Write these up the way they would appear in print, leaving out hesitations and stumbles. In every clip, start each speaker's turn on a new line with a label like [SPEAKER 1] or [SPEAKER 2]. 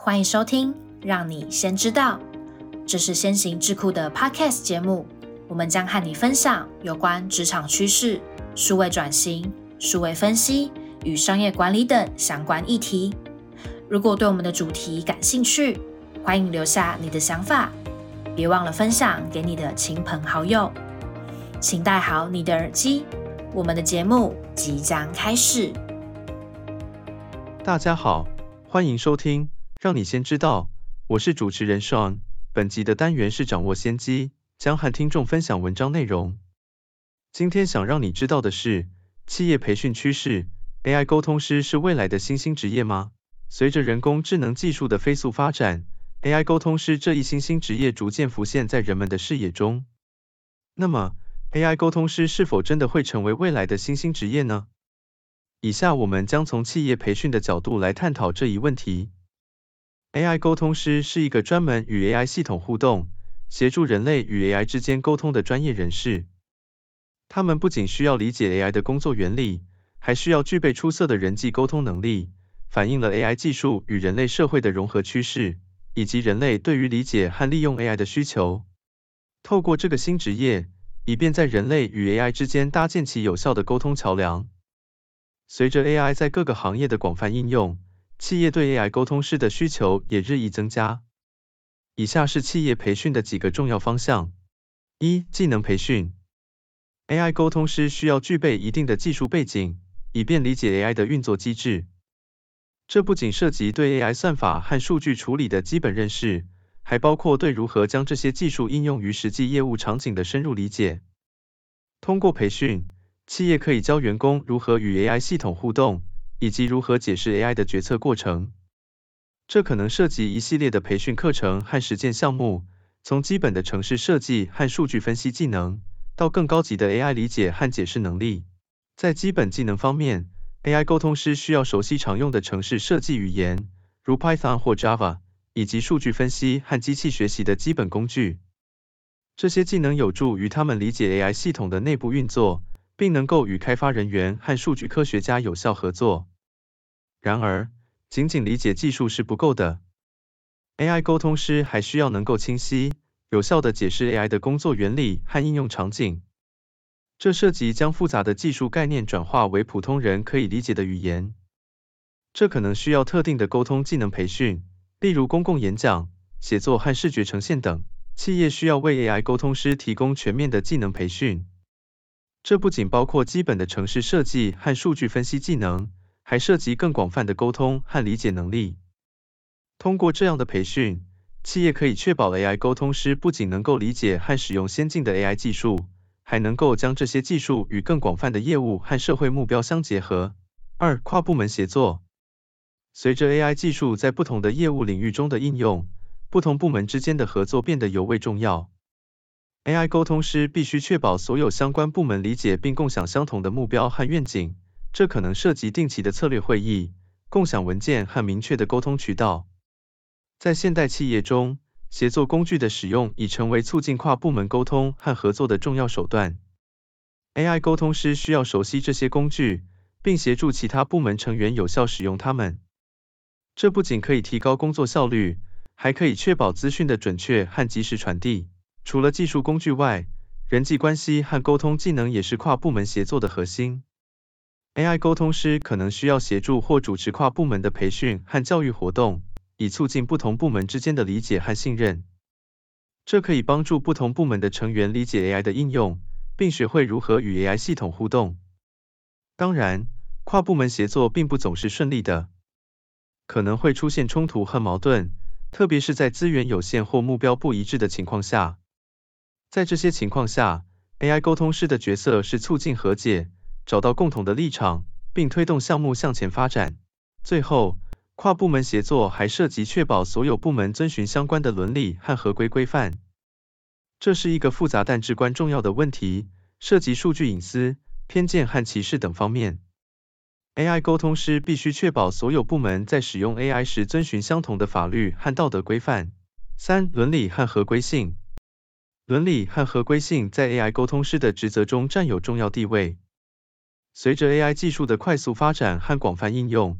[SPEAKER 1] 欢迎收听，让你先知道。这是先行智库的 Podcast 节目，我们将和你分享有关职场趋势、数位转型、数位分析与商业管理等相关议题。如果对我们的主题感兴趣，欢迎留下你的想法，别忘了分享给你的亲朋好友。请戴好你的耳机，我们的节目即将开始。
[SPEAKER 2] 大家好，欢迎收听，让你先知道，我是主持人 Sean。本集的单元是掌握先机，将和听众分享文章内容。今天想让你知道的是，企业培训趋势 ，AI 沟通师是未来的新兴职业吗？随着人工智能技术的飞速发展 ，AI 沟通师这一新兴职业逐渐浮现在人们的视野中。那么 ，AI 沟通师是否真的会成为未来的新兴职业呢？以下我们将从企业培训的角度来探讨这一问题。AI 沟通师是一个专门与 AI 系统互动，协助人类与 AI 之间沟通的专业人士。他们不仅需要理解 AI 的工作原理，还需要具备出色的人际沟通能力，反映了 AI 技术与人类社会的融合趋势，以及人类对于理解和利用 AI 的需求。透过这个新职业，以便在人类与 AI 之间搭建起有效的沟通桥梁。随着 AI 在各个行业的广泛应用，企业对 AI 沟通师的需求也日益增加。以下是企业培训的几个重要方向。1. 技能培训。AI 沟通师需要具备一定的技术背景，以便理解 AI 的运作机制。这不仅涉及对 AI 算法和数据处理的基本认识，还包括对如何将这些技术应用于实际业务场景的深入理解。通过培训，企业可以教员工如何与 AI 系统互动，以及如何解释 AI 的决策过程。这可能涉及一系列的培训课程和实践项目，从基本的程式设计和数据分析技能，到更高级的 AI 理解和解释能力。在基本技能方面， AI 沟通师需要熟悉常用的程式设计语言，如 Python 或 Java， 以及数据分析和机器学习的基本工具。这些技能有助于他们理解 AI 系统的内部运作，并能够与开发人员和数据科学家有效合作。然而，仅仅理解技术是不够的。AI 沟通师还需要能够清晰、有效地解释 AI 的工作原理和应用场景。这涉及将复杂的技术概念转化为普通人可以理解的语言。这可能需要特定的沟通技能培训，例如公共演讲、写作和视觉呈现等。企业需要为 AI 沟通师提供全面的技能培训。这不仅包括基本的程式设计和数据分析技能，还涉及更广泛的沟通和理解能力。通过这样的培训，企业可以确保 AI 沟通师不仅能够理解和使用先进的 AI 技术，还能够将这些技术与更广泛的业务和社会目标相结合。2. 跨部门协作。随着 AI 技术在不同的业务领域中的应用，不同部门之间的合作变得尤为重要。AI 沟通师必须确保所有相关部门理解并共享相同的目标和愿景，这可能涉及定期的策略会议、共享文件和明确的沟通渠道。在现代企业中，协作工具的使用已成为促进跨部门沟通和合作的重要手段。AI 沟通师需要熟悉这些工具，并协助其他部门成员有效使用它们。这不仅可以提高工作效率，还可以确保资讯的准确和及时传递。除了技术工具外，人际关系和沟通技能也是跨部门协作的核心。AI 沟通师可能需要协助或主持跨部门的培训和教育活动，以促进不同部门之间的理解和信任。这可以帮助不同部门的成员理解 AI 的应用，并学会如何与 AI 系统互动。当然，跨部门协作并不总是顺利的，可能会出现冲突和矛盾，特别是在资源有限或目标不一致的情况下。在这些情况下， AI 沟通师的角色是促进和解，找到共同的立场，并推动项目向前发展。最后，跨部门协作还涉及确保所有部门遵循相关的伦理和合规规范。这是一个复杂但至关重要的问题，涉及数据隐私、偏见和歧视等方面。AI 沟通师必须确保所有部门在使用 AI 时遵循相同的法律和道德规范。3. 伦理和合规性。伦理和合规性在 AI 沟通师的职责中占有重要地位。随着 AI 技术的快速发展和广泛应用，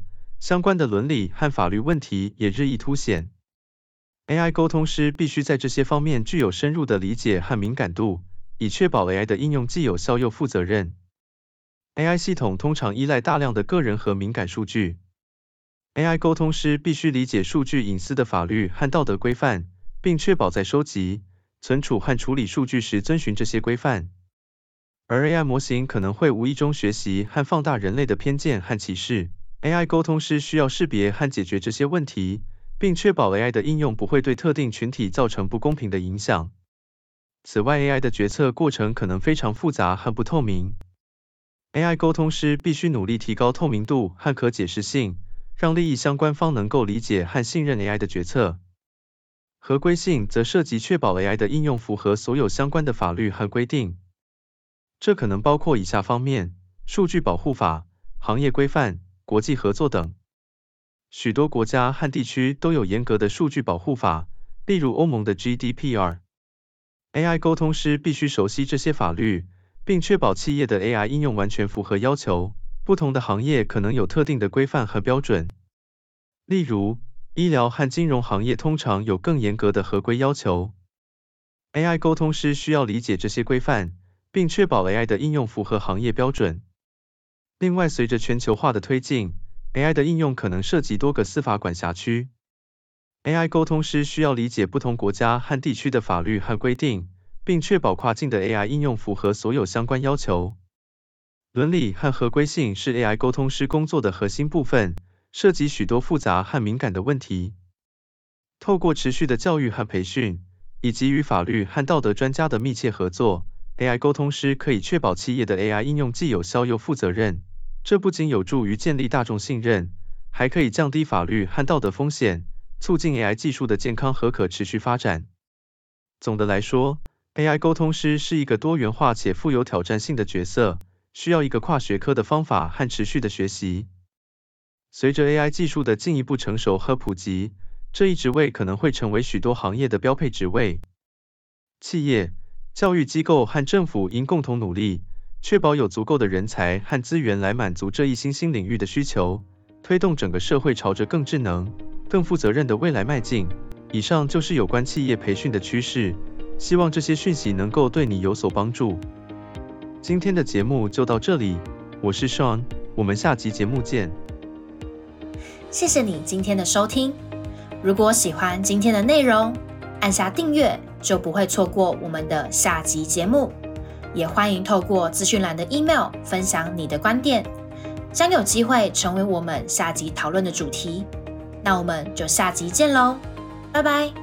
[SPEAKER 2] 相关的伦理和法律问题也日益凸显。AI 沟通师必须在这些方面具有深入的理解和敏感度，以确保 AI 的应用既有效又负责任。AI 系统通常依赖大量的个人和敏感数据。AI 沟通师必须理解数据隐私的法律和道德规范，并确保在收集、存储和处理数据时遵循这些规范。而 AI 模型可能会无意中学习和放大人类的偏见和歧视。AI 沟通师需要识别和解决这些问题，并确保 AI 的应用不会对特定群体造成不公平的影响。此外 ，AI 的决策过程可能非常复杂和不透明。AI 沟通师必须努力提高透明度和可解释性，让利益相关方能够理解和信任 AI 的决策。合规性则涉及确保 AI 的应用符合所有相关的法律和规定。这可能包括以下方面：数据保护法、行业规范、国际合作等。许多国家和地区都有严格的数据保护法，例如欧盟的 GDPR。AI 沟通师必须熟悉这些法律，并确保企业的 AI 应用完全符合要求。不同的行业可能有特定的规范和标准。例如，医疗和金融行业通常有更严格的合规要求。AI 沟通师需要理解这些规范，并确保 AI 的应用符合行业标准。另外，随着全球化的推进， AI 的应用可能涉及多个司法管辖区。AI 沟通师需要理解不同国家和地区的法律和规定，并确保跨境的 AI 应用符合所有相关要求。伦理和合规性是 AI 沟通师工作的核心部分，涉及许多复杂和敏感的问题。透过持续的教育和培训，以及与法律和道德专家的密切合作， AI 沟通师可以确保企业的 AI 应用既有效又负责任。这不仅有助于建立大众信任，还可以降低法律和道德风险，促进 AI 技术的健康和可持续发展。总的来说， AI 沟通师是一个多元化且富有挑战性的角色，需要一个跨学科的方法和持续的学习。随着 AI 技术的进一步成熟和普及，这一职位可能会成为许多行业的标配职位。企业、教育机构和政府应共同努力，确保有足够的人才和资源来满足这一新兴领域的需求，推动整个社会朝着更智能、更负责任的未来迈进。以上就是有关企业培训的趋势，希望这些讯息能够对你有所帮助。今天的节目就到这里，我是 Sean， 我们下集节目见。
[SPEAKER 1] 谢谢你今天的收听。如果喜欢今天的内容，按下订阅就不会错过我们的下集节目。也欢迎透过资讯栏的 email 分享你的观点，将有机会成为我们下集讨论的主题。那我们就下集见喽，拜拜。